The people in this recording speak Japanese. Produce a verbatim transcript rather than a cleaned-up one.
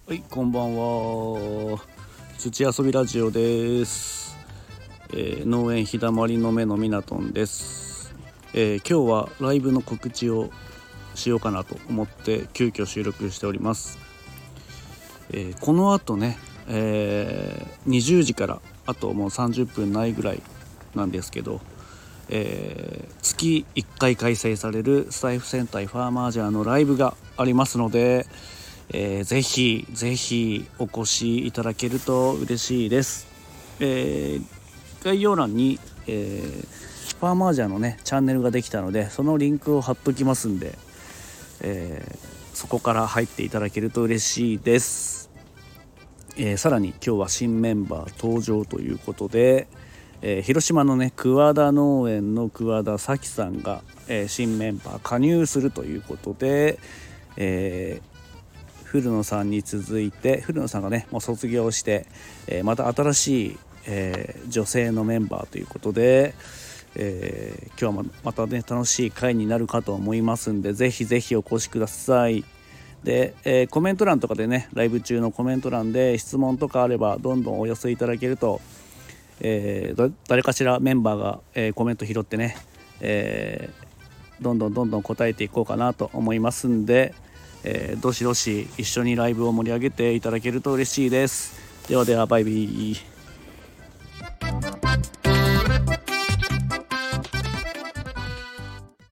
はい、こんばんは。土遊びラジオです。えー、農園日だまりの目のみなとんです。えー、今日はライブの告知をしようかなと思って急遽収録しております。えー、この後ね、えー、にじゅうじからあともうさんじゅっぷんないぐらいなんですけど、えー、月いっかい開催されるスタイフ戦隊ファーマージャーのライブがありますので、えー、ぜひぜひお越しいただけると嬉しいです。えー、概要欄に、えー、ファーマージャーのねチャンネルができたので、そのリンクを貼っときますんで、えー、そこから入っていただけると嬉しいです。えー、さらに今日は新メンバー登場ということで、えー、広島のね桑田農園の桑田咲さんが、えー、新メンバー加入するということで、えー古野さんに続いて古野さんがねもう卒業して、えー、また新しい、えー、女性のメンバーということで、えー、今日はまたね楽しい回になるかと思いますんで、ぜひぜひお越しください。で、えー、コメント欄とかでねライブ中のコメント欄で質問とかあればどんどんお寄せいただけると、えー、誰かしらメンバーが、えー、コメント拾ってね、えー、どんどんどんどん答えていこうかなと思いますんで、えー、どしどし一緒にライブを盛り上げていただけると嬉しいです。ではではバイビー。